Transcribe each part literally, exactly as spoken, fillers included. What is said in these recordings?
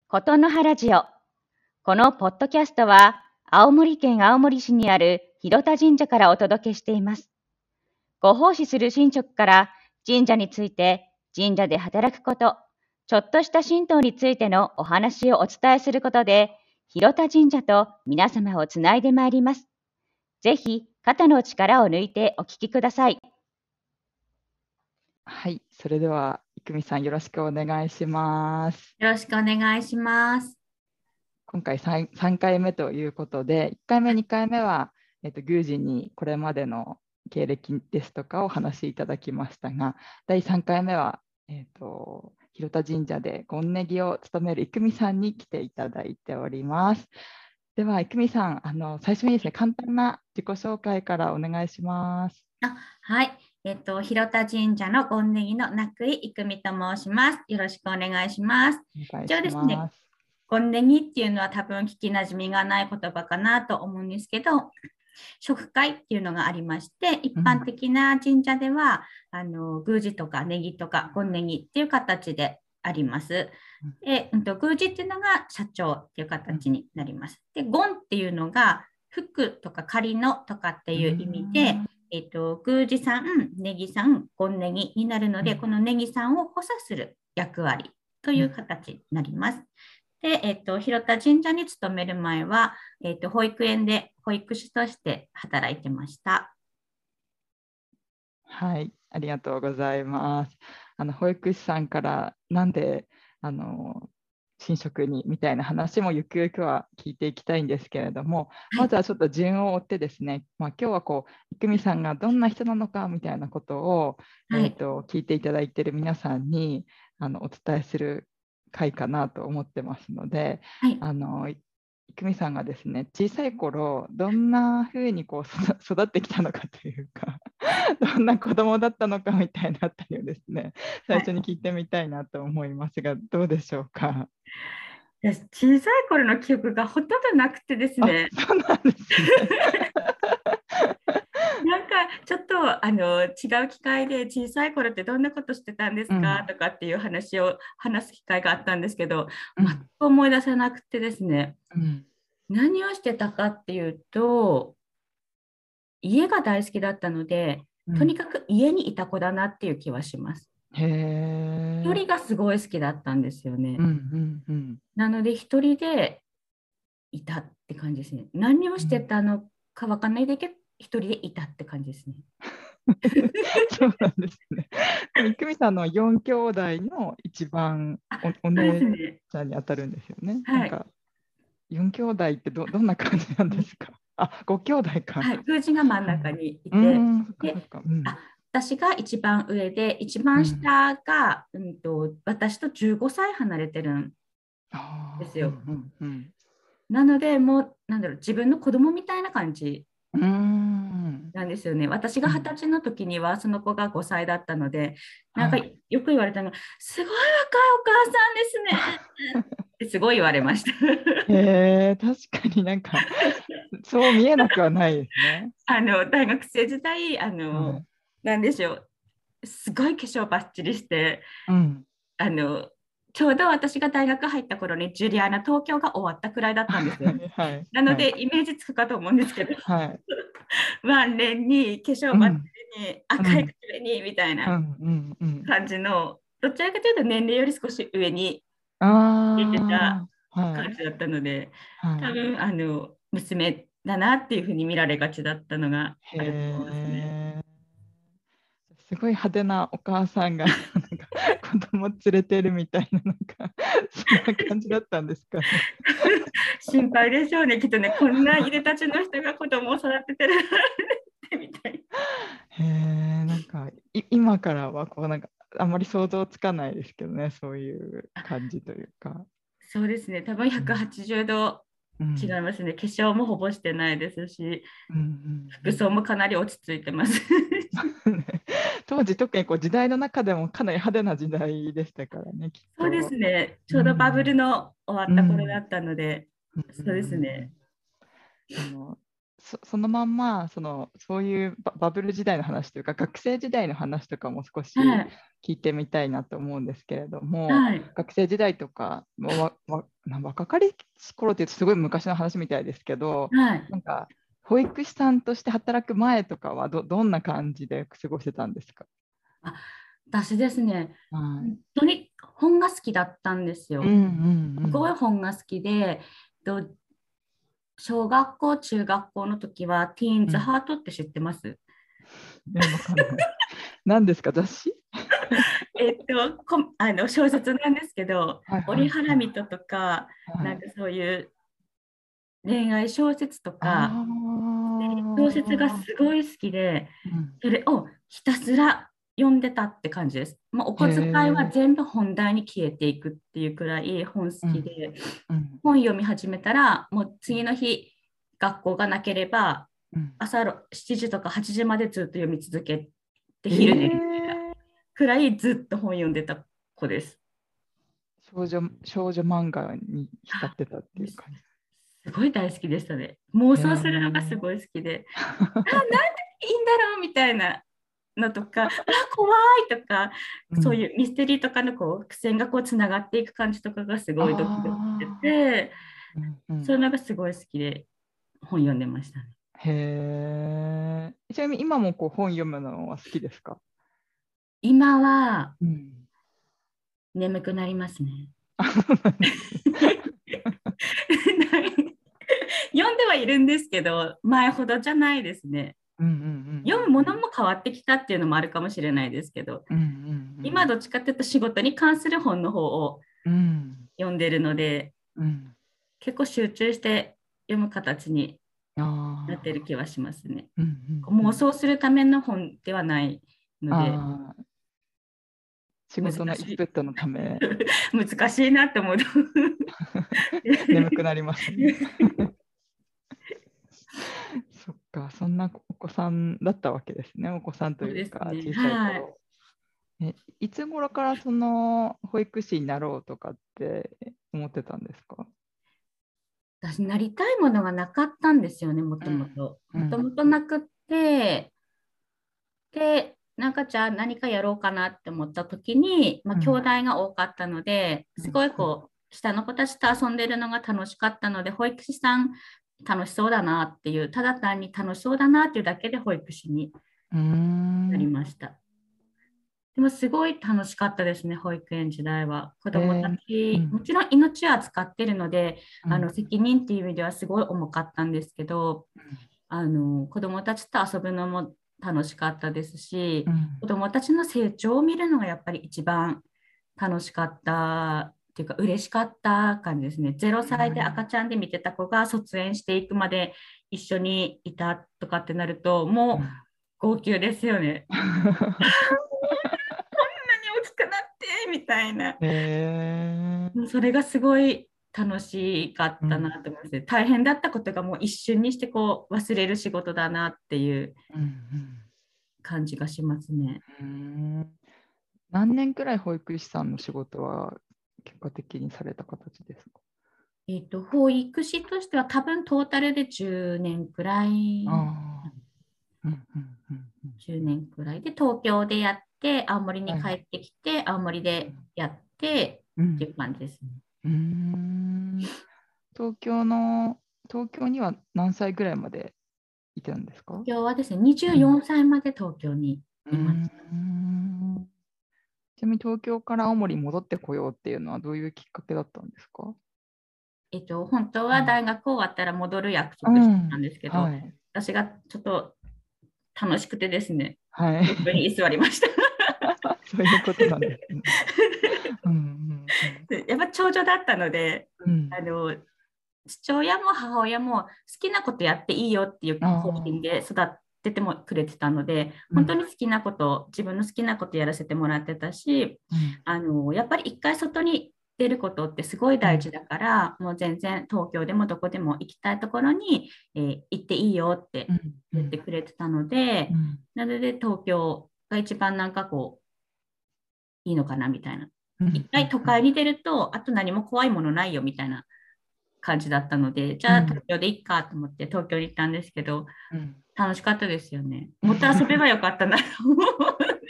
ことのはラジオ。このポッドキャストは、青森県青森市にある広田神社からお届けしています。ご奉仕する神職から神社について、神社で働くこと、ちょっとした神道についてのお話をお伝えすることで、広田神社と皆様をつないでまいります。ぜひ、肩の力を抜いてお聞きください。 はい、それでは、いくみさんよろしくお願いします。 よろしくお願いします。 今回 3, さんかいめということで、いっかいめ、にかいめは、えっと、宮司にこれまでの経歴ですとかをお話しいただきましたが、だいさんかいめは、えっと、広田神社で権ネギを務めるいくみさんに来ていただいております。では、いくみさん、あの最初にですね、簡単な自己紹介からお願いします。 あはい、えっと、広田神社の権ネギの名久井いくみと申します。よろしくお願いします。 お願いします。 一応ですね、権ネギっていうのは多分聞きなじみがない言葉かなと思うんですけど、食会っていうのがありまして、一般的な神社では、うん、あの宮司とかネギとか権ネギっていう形であります。で、うん、と宮司っていうのが社長っていう形になります。で、権っていうのが福とか仮のとかっていう意味で、うんえっと、宮司さん、ネギさん、権ネギになるので、うん、このネギさんを補佐する役割という形になります。で、えっと、広田神社に勤める前は、えっと、保育園で保育士として働いてました。 はい、ありがとうございます。あの保育士さんからなんであの神職にみたいな話もゆくゆくは聞いていきたいんですけれども、はい、まずはちょっと順を追ってですね、まあ、今日はこういくみさんがどんな人なのかみたいなことを、はい、えーと聞いていただいている皆さんにあのお伝えする回かなと思ってますので、はい、あのいくみさんがですね、小さい頃どんなふうにこう育ってきたのかというかどんな子供だったのかみたいなあたりをですね、最初に聞いてみたいなと思いますが、はい、どうでしょうか。 小さい頃の記憶がほとんどなくてですね。 そうなんですねなんかちょっとあの違う機会で小さい頃ってどんなことしてたんですか、うん、とかっていう話を話す機会があったんですけど、うん、全く思い出せなくてですね、うん、何をしてたかっていうと、家が大好きだったので、とにかく家にいた子だなっていう気はします。 へー。 一人がすごい好きだったんですよね。 うんうんうん、なので一人でいたって感じですね。何をしてたのか分かんないだけど、一人でいたって感じですね。 そうなんですね。いくみさんのよん兄弟の一番 お, お姉ちゃんに当たるんですよね。はい、なんかよん兄弟ってどどんな感じなんですか。あ、ご兄弟か。 はい、宮司が真ん中にいて、 うん、 で、うん、あ私が一番上で、一番下が、うんうん、と私とじゅうごさい離れてるんですよ。うんうんうん、なので、もうなんだろう、自分の子供みたいな感じなんですよね。私がはたちの時には、その子がごさいだったので、なんかよく言われたのが、すごい若いお母さんですねってすごい言われました。 へえ、確かになんかそう見えなくはないですね。 あの大学生時代あの、はい、なんでしょう、すごい化粧バッチリして、うん、あのちょうど私が大学入った頃にジュリアナ東京が終わったくらいだったんですよ。はい、なので、はい、イメージつくかと思うんですけど、はい、ワンレンに化粧バッチリに、うん、赤い口にみたいな感じの、どちらかというと年齢より少し上に出てた感じだったので、はい、多分あの娘だなっていうふうに見られがちだったのがあると思いますね。 すごい派手なお母さんがなんか子供連れてるみたいな、なんかそんな感じだったんですかね。 心配でしょうね、きっとね、こんないでたちの人が子供を育ててるみたい。 へえ、なんか今からはこうなんかあんまり想像つかないですけどね、そういう感じというか。 そうですね、多分ひゃくはちじゅうど違いますね、うん、化粧もほぼしてないですし、うんうんうん、服装もかなり落ち着いてます当時特にこう時代の中でもかなり派手な時代でしたからね、きっと。 そうですね、ちょうどバブルの終わった頃だったので、うん、そうですね。 あのそそのまんまそのそういうバ、バブル時代の話というか学生時代の話とかも少しはい聞いてみたいなと思うんですけれども、 はい学生時代とかもうわわな若かりし頃っていうとすごい昔の話みたいですけど、 はいなんか保育士さんとして働く前とかはど、どんな感じで過ごしてたんですか？ あ、私ですね、 はい。 本当に本が好きだったんですよ。 うんうんうすごいん。 本が好きで、と小学校、中学校の時は、ティーンズうん。 ハートって知ってます？ え、わかんない。何ですか、雑誌？ えっと、こあの小説なんですけど、 はいは折いはい。 原水戸とか、 はい。 なんかそういう恋愛小説とあか、小説があ。 すごい好きで、 うん。 それをひたすら読んでたって感じです。もうおへ小遣いはえ。 全部本題に消えていくっていうくらい本好うん。 きで、 うん。 本読み始めたら、もううん。 次の日、学校がなければ、 うん。 朝しちじとかはちじまでずっと読み続けて、 え昼寝みたいなえ。 くらいずっと本読んでた子です。 少女、少女漫画に浸ってたっていう感じ。 すごい大好きでしたね。妄へ想するのがすえ。 ごい好きで、あ、なんでいいんだろうみたいなのとか、あ、怖いとか、 うん。 そういうミステリーとかのこう伏線がこうつながっていく感じとかがすごいドキドキしてああ。 て、 うんうん。 そういうのがすごい好きで本読んでましたね。 へえ。ちなみに今もこう本読むのは好きですか？ 今はうん。 眠くなりますね。 あ、そうなんですね。 読んではいるんですけど、前ほどじゃないですね。 うんうん読むものうんも変わってきたっていうのもあるかもしれないですけど、 うんうん今どっちかっていうと仕事に関する本の方をうんうん読んでるので、 うん。 結構集中して読む形にあなってるあ。 気はしますね。 うんうんうん。 妄想するための本ではないので、 ああ。仕難事のインしい。 プットのため難しいなって思うと眠くなりますね。そっか、そんなお子さんだったわけですね。お子さんとそういうですね。 か小さいはい。 頃。え、いつ頃からその保育士になろうとかって思ってたんですか？ 私、なりたいものがなかったんですよね、もうん。 ともと。もともうん。 となくって、で、なんかじゃあ何かやろうかなって思った時に、まあ、兄弟うん。 が多かったので、すごいこう、下の子たちと遊んでるのが楽しかったので、保育士さん楽しそうだなっていう、ただ単に楽しそうだなっていうだけで保育士にうーなりん。 ました。でもすごい楽しかったですね、保育園時代は。子どもたえー、うち、もん。 ちろん命は預かってるので、あのうん。 責任っていう意味ではすごい重かったんですけど、 うんあの子どもたちと遊ぶのも楽しかったですし、 うん。 子どもたちの成長を見るのがやっぱり一番楽しかったっていうか、嬉しかった感じですね。ゼロさいで赤ちゃんで見てた子が卒園していくまで一緒にいたとかってなると、もううん。 号泣ですよね。大きくなってみたいな。 えー、 それがすごい楽しかったうん。 なと思いますね。大変だったことがもう一瞬にしてこう忘れる仕事だなっていううん感じがしますね。 うん。うーん。何年くらい保育士さんの仕事は結果的にされた形ですか？ えっと、保育士としては多分トータルでじゅうねんくらい、 ああ。うんうんうんうん。 じゅうねんくらいで東京でやって、青森にはい。 帰ってきて、青森でやってっていううん。 感じですね。 うーん。東京の、東京には何歳ぐらいまでいたんですか？ 東京はですね、24 うん。 歳まで東京にうーいました。 ん。ちなみに東京から青森に戻ってこようっていうのはどういうきっかけだったんですか？ えっと、本当はうん。 大学終わったら戻る約う束してたんん。 ですけど、 はい。 私がちょっと楽しくてですね、 はい。 東京に居座りました。 そういうことなんですね。うんうんうん。 でやっぱ長女だったので、 うん。 あの父親も母親も好きなことやっていいよっていうあ方針であ。 育っててもくれてたので、 うん。 本当に好きなこと、自分の好きなことやらせてもらってたし、 うん。 あのやっぱり一回外に出ることってすごいうん。 大事だから、もう全然東京でもどこでも行きたいところに、えー行っていいよってうんう言ってんくれてたので、 うん。 なので東京が一番なんかこういいのかなみたいな。 うん一回都会に出ると、あと何も怖いものないよみたいな感じだったので、じゃあうん東京でいっかと思って東京に行ったんですけど、 うん楽しかったですよね。もっと遊べばよかったなと思う。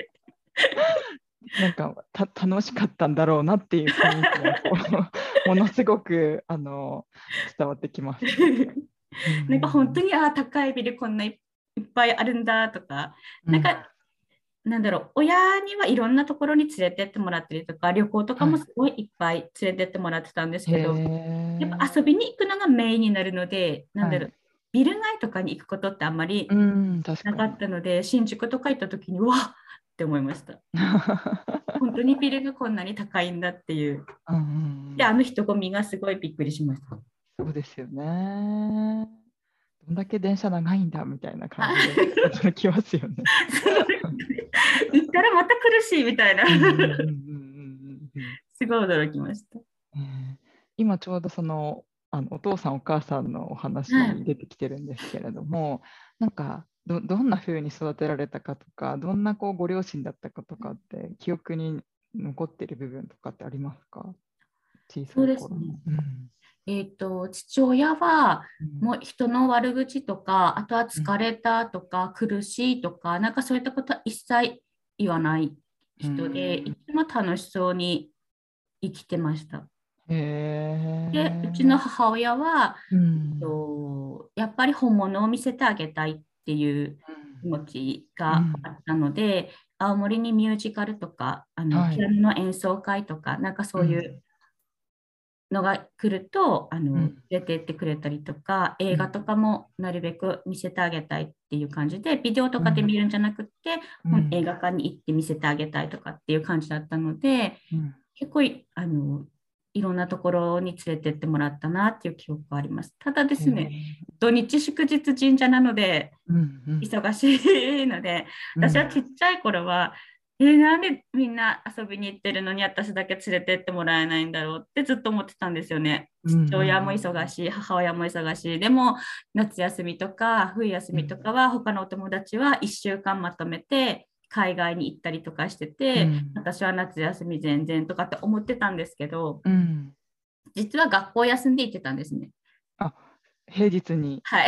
なんかた楽しかったんだろうなっていう雰囲気がこうものすごくあの伝わってきます。うんなんか本当に、ああ、高いビルこんないっぱいあるんだとか、なんか、なんだろう、親にはいろんなところに連れてってもらったりとか、旅行とかもすごいいっぱい連れてってもらってたんですへけど、やっぱ遊びに行くのがメインになるので、なんだろう、 はい、 ビル街とかに行くことってあんまりうん確なかかに。 ったので、新宿とか行った時に、うわっって思いました。本当にビルがこんなに高いんだっていう。 うんうんうで、 んあの人混みがすごいびっくりしました。 そうですよね。どんだけ電車長いんだみたいな感あじで驚きますよね。 行ったらまた苦しいみたいな。 うんうんうんうんうんうんうんすごい驚きました。 えー今ちょうどその、あのお父さんお母さんのおはい。 話出てきてるんですけれども、なんかど、どんな風に育てられたかとか、どんなこうご両親だったかとかって記憶に残ってる部分とかってありますか？小さそうい頃の。 ですね。 うんえっと、父親は、 うんもう人の悪口とか、あとはうん疲れたとか、苦しいとか、なんかそういったことは一切言わないう人で、いんつも楽しそうに生きてました。 へで、うちのえ。 母親は、えっうんと、やっぱり本物を見せてあげたいっていう気持ちがあうんったので、青森にミュージカルとか、あのはい。 ピアノの演奏会とか、なんかそういうのが来ると、あのうん連れて行ってくれたりとか、映画うんとかもなるべく見せてあげたいっていう感じで、ビデオとうんかで見るんじゃなくて、 うん映画館に行って見せてあげたいとかっていう感じだったので、 うん結構いあのいろんなところに連れてってもらったなっていう記憶があります。ただでへすね、 え土日祝日神社なので、 うんうん忙しいので、 うん私はちっちゃい頃は、えーなんでみんな遊びに行ってるのに私だけ連れてってもらえないんだろうってずっと思ってたんですよね。 うん父親も忙しい、母親も忙しい。でも夏休みとか冬休みとかは他のお友達はいっしゅうかんまとめて海外に行ったりとかしてて、 うん私は夏休み全然とかって思ってたんですけど、 うん実は学校休んで行ってたんですね。 あ、平日に。 はい。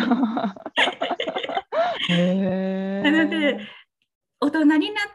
なので、 へえ。 大人になって、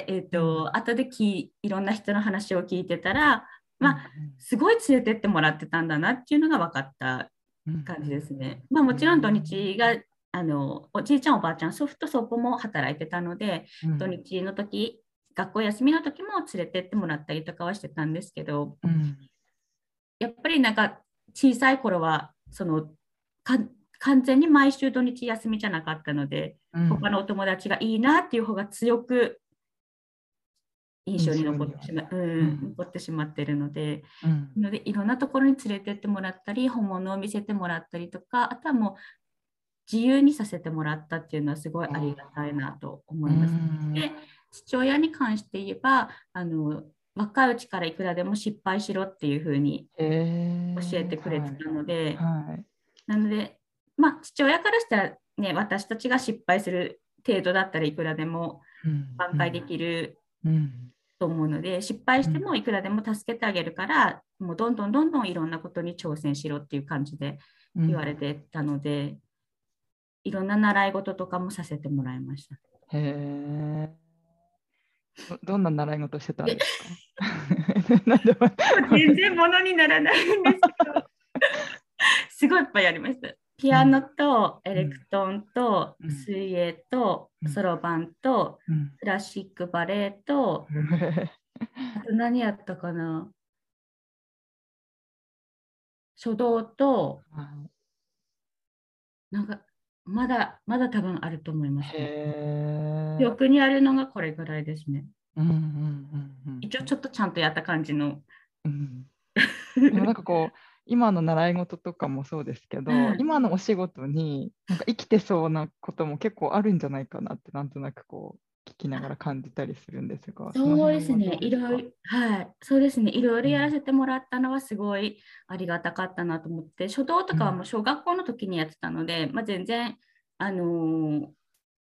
えーと、 うん後できいろんな人の話を聞いてたら、まあ、 うんすごい連れてってもらってたんだなっていうのが分かったうん感じですね。まあ、もちろん土日があのおじいちゃんおばあちゃん祖父と祖母も働いてたので、 うん土日の時学校休みの時も連れてってもらったりとかはしてたんですけど、 うんやっぱりなんか小さい頃はそのか完全に毎週土日休みじゃなかったので、 うん他のお友達がいいなっていう方が強く印象に印象には残ってしま、う、 うんん残ってしまっているので、 うんのでいろんなところに連れてってもらったり、本物を見せてもらったりとか、あとはもう自由にさせてもらったっていうのはすごいありがたいなと思ういます。 んで、父親に関して言えば、あの若いうちからいくらでも失敗しろっていうふうにへえ。 教えてくれてたので、 はいなので、まあ、父親からしたら、ね、私たちが失敗する程度だったらいくらでもうん挽回できるうんと思うので、失敗してもいくらでも助けてあげるから、もうどんどんどんどんいろんなことに挑戦しろっていう感じでうん言われてたので、いろんな習い事とかもさせてもらいました。 へえ。どどんな習い事してたんですか？なんでも全然ものにならないんですけど、すごいいっぱいやりました。ピアノとエレクトーンとうん水泳とうんそろばんとうんクラシックバレエと、あと何やったかな、書道と、なんかまだまだ多分あると思いますね。 へえ。 記憶にあるのがこれぐらいですね。 うんうんうんうん一応ちょっとちゃんとやった感じの。 うんでもなんかこう今の習い事とかもそうですけど、 うん今のお仕事になんか生きてそうなことも結構あるんじゃないかなってなんとなくこう聞きながら感じたりするんですが、そのそうで辺はどすね、 うですか？ いろいろ、はい、そうですね、いろいろやらうんせてもらったのはすごいありがたかったなと思って、書道とかはもう小学校の時にやってたので、まあ、全然、あのー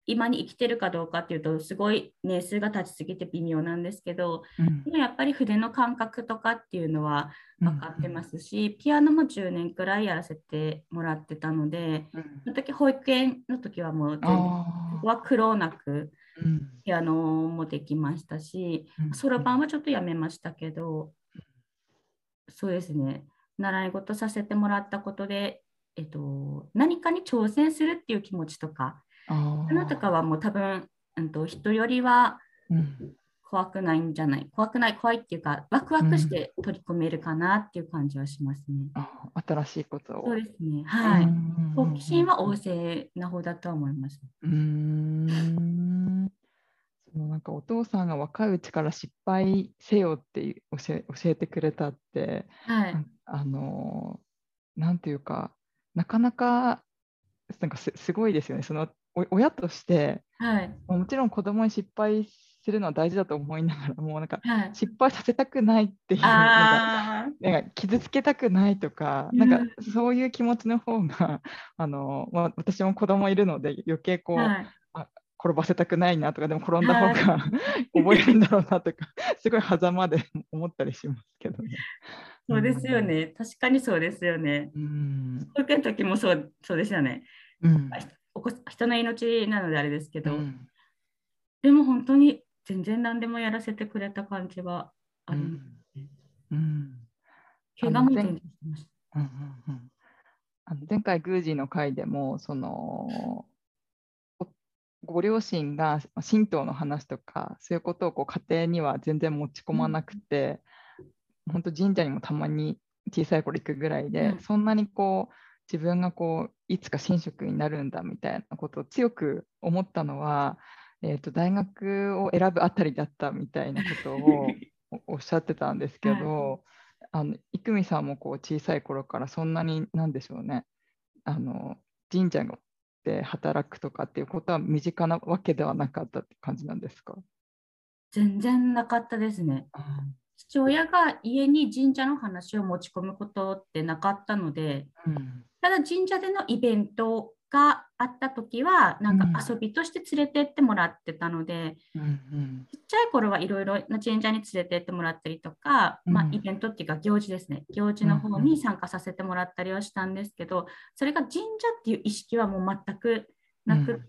今に生きてるかどうかっていうとすごい年数が経ちすぎて微妙なんですけど、 うんでもやっぱり筆の感覚とかっていうのはうん分かってますし、ピアノもじゅうねんくらいやらせてもらってたので、 うんその時保育園の時はもう全然そあこは苦労なくーうんピアノもできましたし、 うんそろばんはちょっとやめましたけど、そうですね、習い事させてもらったことで、えっと、何かに挑戦するっていう気持ちとか、 ああのとかはもう多分、うんと、人よりはーうん怖くないんじゃない、怖くない、怖いっていうか、ワクワクして取り組めるかなっていう感じはしますね。 あ新しいことを。 そうですね、 うんはい。好奇心うんは旺盛な方だとは思います。 うんうんうーんそのなんかお父さんが若いうちから失敗せよっていう教え、教えてくれたって、 はい。 なんあのなんていうか、なかなかなんかす、すごいですよね。そのお親として、 はい。 もちろん子供に失敗するのは大事だと思いながらも、なんかはい。 失敗させたくないっていう、なんか、 ああ、 なんか傷つけたくないとか、なんかうん、 そういう気持ちの方が、あのまあ、私も子供いるので、余計こう、 はい。 あ転ばせたくないなとか、でも転んだ方はい。 が覚えるんだろうなとか、すごい狭間で思ったりしますけどね。うそうですよん、 ね。確かにそうですよね。 うん、 保育園の時もそう、そうですよね。 うん、 お子人の命なのであれですけど、 うん、 でも本当に全然何でもやらせてくれた感じはありますうん、 ね。 うん。あの前、 怪我も全然しましうんうんうん、あの前回、宮司の会でも、そのおご両親が神道の話とか、そういうことをこう家庭には全然持ち込た。うん。 まなくて、本当神社にもたまに小さい頃行くぐらいで、 はい。 そんなにこう自分がこういつか神職になるんだみたいなことを強く思ったのは、えーと、大学を選ぶあたりだったみたいなことをおおっしゃってたんですけはい。 ど、あの生見さんもこう小さい頃からそんなになんでしょうね、あの神社で働くとかっていうことは身近なわけではなかったって感じなんですか？ 全然なかったですね。父親が家に神社の話を持ち込むことってなかったので、 うん、 ただ神社でのイベントがあった時は、なんかうん遊びとして連れてってもらってたので、 うんうんちっちゃい頃はいろいろな神社に連れてってもらったりとか、まあ、イうんベントっていうか行事ですね。行事うんの方に参加させてもらったりはしたんですけど、それが神社っていう意識はもう全くなくって、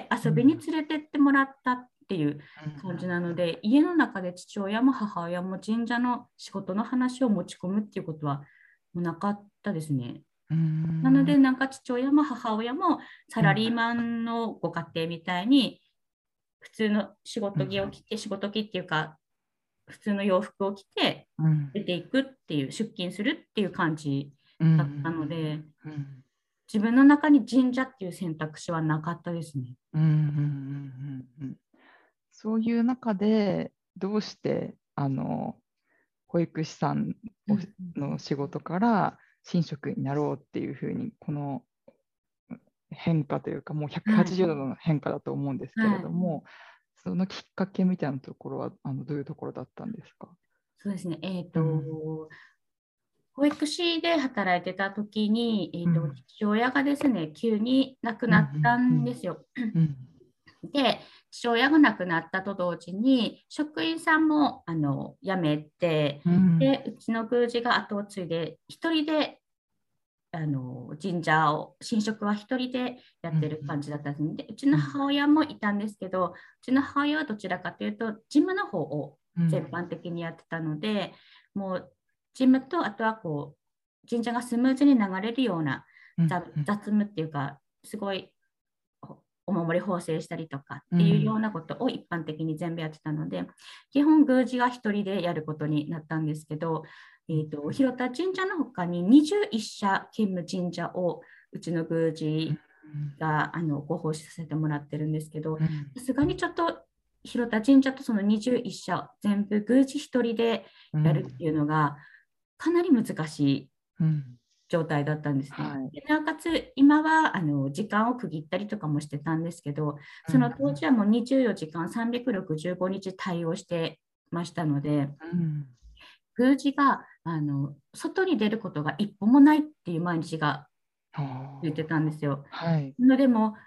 遊びに連れてってもらったっていう感じなので、家の中で父親も母親も神社の仕事の話を持ち込むっていうことはもうなかったですね。 うんうんなので、なんか父親も母親もサラリーマンのご家庭みたいに、普通の仕事着を着て、仕事着っていうか、普通の洋服を着てうん出ていくっていう、出勤するっていう感じうんだったので、 うん自分の中に神社っていう選択肢はなかったですね。 うんうんうんうんそういう中で、どうしてあの保育士さんをうんの仕事から神職になろうっていうふうに、この変化というか、もうはい。 ひゃくはちじゅうどの変化だと思うんですけれはい。 ども、そのきっかけみたいなところはあのどういうところだったんですか？ そうですね。えっ、 うんと、保育士で働いてた時に、えーと、 うん父親がですね、急に亡くうんなったうんんですよ。 うんで、父親が亡くなったと同時に、職員さんもあの辞めて、 うんで、うちの宮司が後を継いで、一人であの神社を、神職は一人でやってる感じだったんで、うちの母親もいたんですけど、うちの母親はどちらかというと、事務の方を全般的にやってたので、もう事務と、あとはこう、神社がスムーズに流れるようなうん雑雑務っていうか、すごいお守り縫製したりとかっうんていうようなことを一般的に全部やってたので、基本宮司が一人でやることになったんですけど、えーと、広田神社の他ににじゅういっ社兼務神社をうちの宮司があのご奉仕させてもらってるんですけど、 うんさすがにちょっと広田神社とそのにじゅういっ社全部宮司一人でやるっていうのがかなり難しいうん状態だったんですね。 はいでなおかつ、今はあの時間を区切ったりとかもしてたんですけど、その当時はもうにじゅうよじかんさんびゃくろくじゅうごにち対応してましたので、 うん宮司があの外に出ることが一歩もないっていう毎日があ言ってたんですよ。 ーはいのでも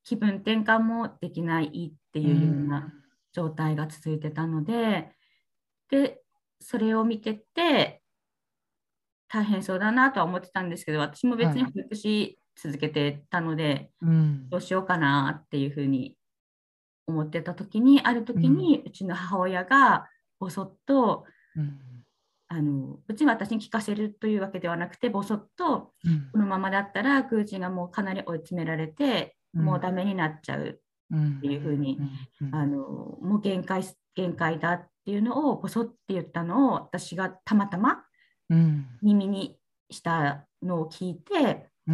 気分転換もできないっていうような状態が続いてたので、で、それを見てて、大変そうだなとは思ってたんですけど、私も別に保育士続けてたので、 うん、 どうしようかなっていうふうに思ってた時に、ある時にうちの母親がぼそっと、 うん、 あの別に私に聞かせるというわけではなくて、ぼそっと、 うん、 このままだったら宮司がもうかなり追い詰められて、 うん、 もうダメになっちゃううん、 っていうふうに、 うん、 あのもう限界、限界だっていうのをぼそって言ったのを私がたまたまうん、 耳にしたのを聞いて、 うん、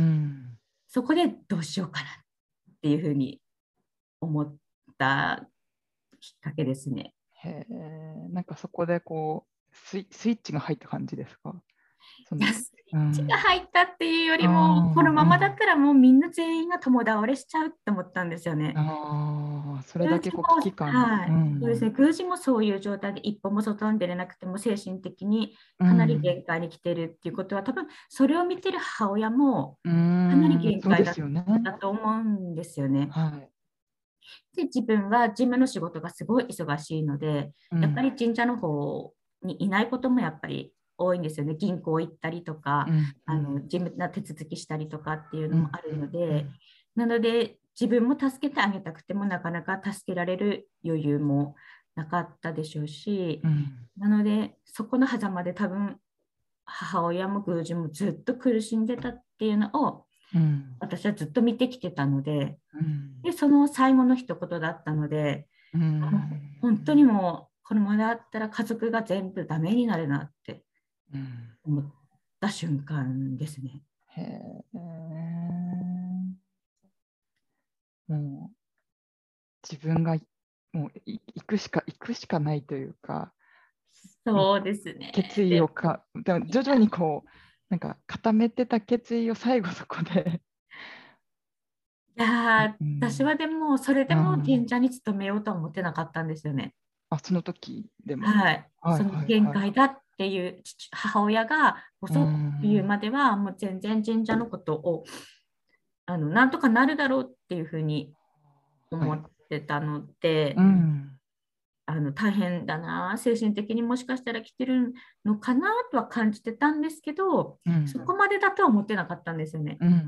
そこでどうしようかなっていうふうに思ったきっかけですね。 へえ、なんかそこでこうスイ、スイッチが入った感じですか？その、 いや、スイうッチがん、 入ったっていうよりも、このままだっあたらもうみんな全員が共倒れしちゃうって思ったんですよね。 あ、それだけこう危宮司も、 機感、 はい、 うん、 そうですね、宮司もそういう状態で一歩も外に出れなくても精神的にうかなりん、 限界に来てるっていうことは、多分それを見てる母親もうかなりん、そう限界だっですよね。 たと思うんですよね。 はい。 で、自分は事務の仕事がすごい忙しいので、やっぱうん、 り神社の方にいないこともやっぱり多いんですよね。銀行行ったりとか、 うん、うあのん、 事務な手続きしたりとかっていううん、 のもあるのうん、 で、なので自分も助けてあげたくてもなかなか助けられる余裕もなかったでしょうし、 うん、 なのでそこの狭間で多分母親も宮司もずっと苦しんでたっていうのをうん、 私はずっと見てきてたので、 うん、 で、その最後の一言だったので、 うあのん、 本当にもう、このままだったら家族が全部ダメになるなってうん、 思った瞬間ですね。 へえ、もう自分がもうい行くしか行くしかないというか、もうそうです決ね。で、 意をか、でも徐々にこう、なんか固めてた決意を最後そこで、 いやー、 うん、 私はでも、それでもあ神社に勤めようとは思ってなかったんですよね。 あ、その時でも。 はい。 はいその限はいはい。 界だっていう父母親がう遅っていうん、 までは、もう全然神社のことをあのなんとかなるだろうっていうふうにはい。 思ってたので、 うん、 あの大変だな、精神的にもしかしたら来てるのかなとは感じてたんですけど、 うん、 そこまでだとは思ってなかったんですよね。 うん、うん、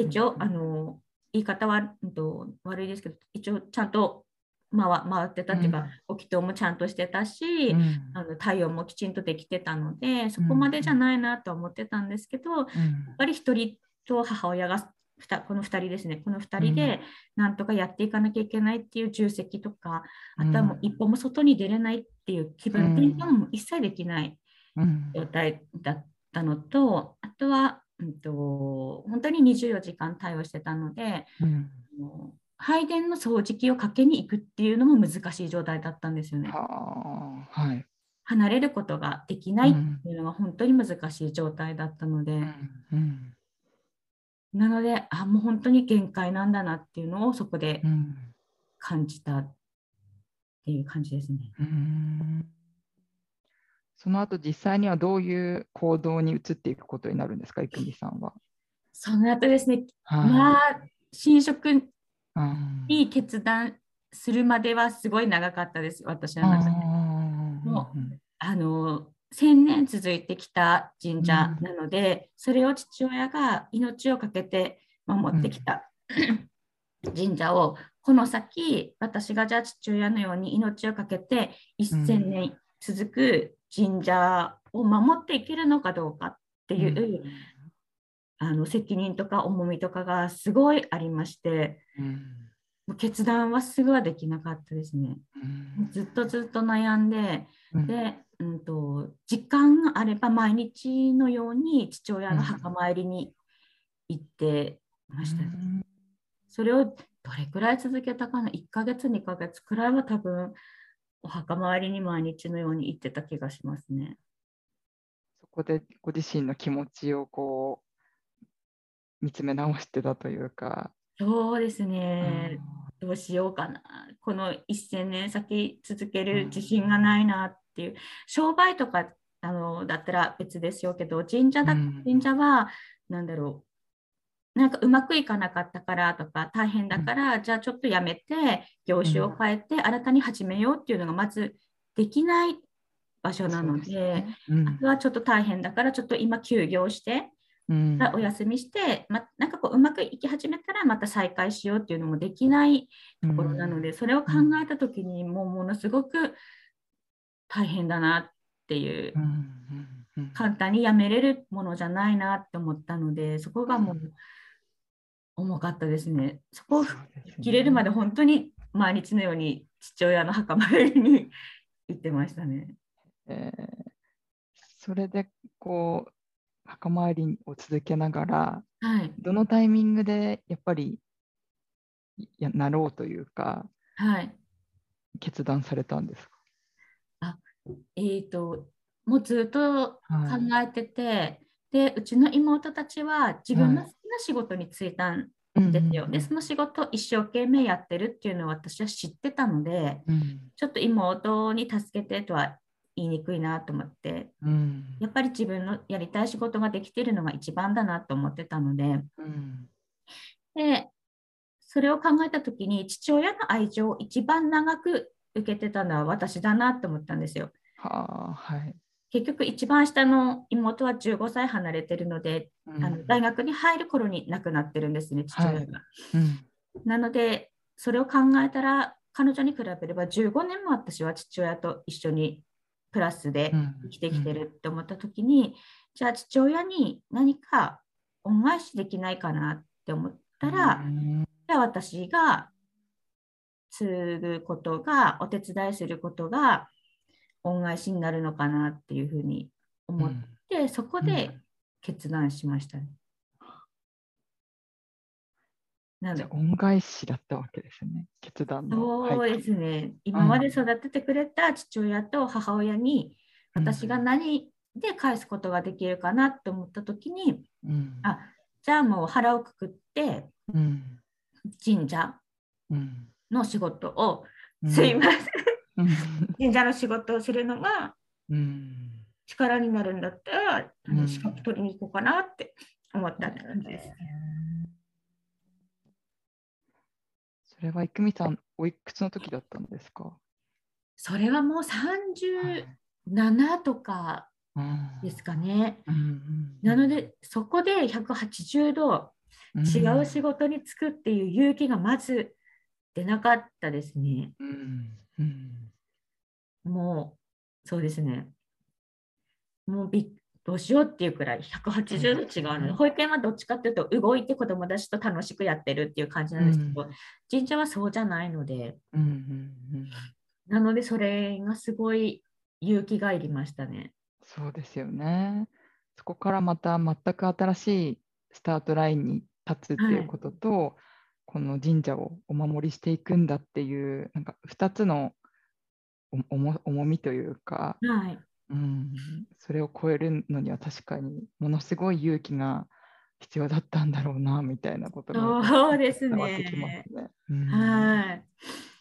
一応、あの言い方は、うんと、悪いですけど、一応ちゃんと回回ってたうん、 っていうか、お祈祷もちゃんとしてたし、 うん、 あの対応もきちんとできてたので、そうん、 こまでじゃないなとは思ってたんですけど、やっうん、 ぱり一人と母親が、ふたこのふたりですね、このふたうん、 りでなんとかやっていかなきゃいけないっていう重責とか、あとはもううん、 一歩も外に出れないっていう気分転換も一切できないうん、 状態だったのと、あとは、うんと、本当ににじゅうよじかん対応してたので、 うん、 もう配電の掃除機をかけに行くっていうのも難しい状態だったんですよね。 はあ、はい。 離れることができないっうん、 ていうのが本当に難しい状態だったのうで、 ん、うん、 なので、あ、もう本当に限界なんだなっていうのをそこでうん、 感じたっていう感じですね。 うん。その後実際にはどういう行動に移っていくことになるんですか、郁美さんは。 その後ですね、 はい。 まあ、新職うん、 に決断するまではすごい長かったです、私のあ中で。もう、あの、千年続いてきた神社なので、それを父親が命を懸けて守ってきた神社を、この先、私がじゃあ父親のように命を懸けてせんねん続く神社を守っていけるのかどうかっていうあの責任とか重みとかがすごいありまして、もう決断はすぐはできなかったですね。ずっとずっと悩んで、で、うんと、時間があれば毎日のように父親の墓参りに行ってました。それをどれくらい続けたかな、いっかげつ、にかげつくらいは多分、お墓参りに毎日のように行ってた気がしますね。 そこでご自身の気持ちをこう見つめ直してたというか。 そうですね。どうしようかな。このせんねん先続ける自信がないなっていう。商売とかあのだったら別ですよけど、神社だ、神社は、なんだろう。 なんかうまくいかなかったからとか大変だから、うん、じゃあちょっとやめて業種を変えて新たに始めようっていうのがまずできない場所なの で, で、ねうん、あとはちょっと大変だからちょっと今休業して、うん、お休みして、ま、なんかこううまくいき始めたらまた再開しようっていうのもできないところなので、うん、それを考えた時にもうものすごく大変だなっていう、うんうん、簡単にやめれるものじゃないなって思ったので、そこがもう重かったですね。そこを切れるまで本当に毎日のように父親の墓参りに行ってましたね。 えー、それでこう墓参りを続けながら、はい、どのタイミングでやっぱりやなろうというか、はい、決断されたんですか？ あえーと、もうずっと考えてて、はい、でうちの妹たちは自分の好きな仕事に就いたんですよ。はい、でその仕事を一生懸命やってるっていうのを私は知ってたので、うん、ちょっと妹に助けてとは言いにくいなと思って、うん、やっぱり自分のやりたい仕事ができているのが一番だなと思ってたので、うん、でそれを考えた時に父親の愛情を一番長く受けてたのは私だなと思ったんですよ。 はあ、はい、 結局一番下の妹はじゅうごさい離れてるので、うん、あの大学に入る頃に亡くなってるんですね、父親が。はいうん、なのでそれを考えたら彼女に比べればじゅうごねんも私は父親と一緒にプラスで生きてきてるって思った時に、うん、じゃあ父親に何か恩返しできないかなって思ったら、うん、じゃあ私が継ぐことがお手伝いすることが恩返しになるのかなっていうふうに思って、うん、そこで決断しましたね。 なんで恩返しだったわけですね、決断の。 そうですね。今まで育ててくれた父親と母親に、私が何で返すことができるかなと思ったときに、うん、あ、じゃあもう腹をくくって、うん、神社の仕事を、うん、すいません。神社の仕事をするのが力になるんだったら、うん、資格取りに行こうかなって思ったって感じですね。 それは郁美さん、おいくつの時だったんですか？ それはもうさんじゅうななとかですかね。うんうんうん、なので、そこでひゃくはちじゅうど違う仕事に就くっていう勇気がまず出なかったですね。うんうんもう、そうですね。もうびどうしようっていうくらいひゃくはちじゅうど違うので、保育園はどっちかっていうと動いて子供たちと楽しくやってるっていう感じなんですけど、うん、神社はそうじゃないので、うんうんうん、なのでそれがすごい勇気がいりましたね。 そうですよね。そこからまた全く新しいスタートラインに立つっていうことと、はい、この神社をお守りしていくんだっていうなんかふたつの重みというか、はいうん、それを超えるのには確かにものすごい勇気が必要だったんだろうなみたいなことがそうですね。 伝わってきますね。うん、 はい。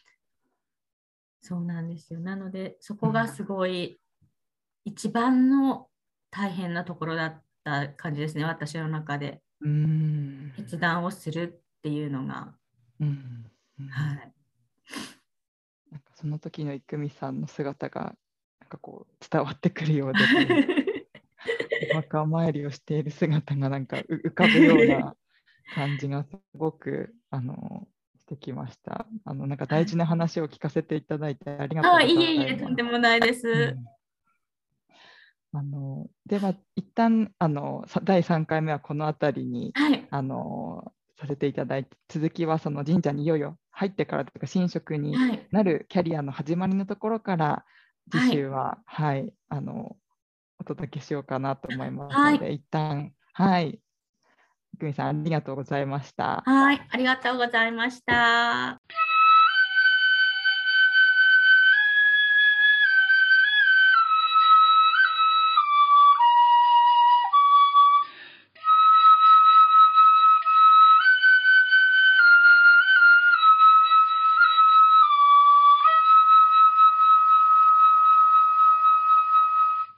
そうなんですよ。なのでそこがすごい一番の大変なところだった感じですね、私の中で。うん決断をするっていうのが。うんうん、はい。 なんかその時の郁美さんの姿がなんかこう伝わってくるようで、お墓参りをしている姿がなんか浮かぶような感じがすごくあのしてきました。あのなんか大事な話を聞かせていただいてありがとうございます。あ、いえいえ、とんでもないです。うんあのでは一旦あのだいさんかいめはこの辺りに、はい、あのさせていただいて、続きはその神社にいよいよ入ってからというか神職になるキャリアの始まりのところから次週は、はい、はい、あのお届けしようかなと思いますので、はい、一旦はい郁美さんありがとうございました。 はい、ありがとうございました。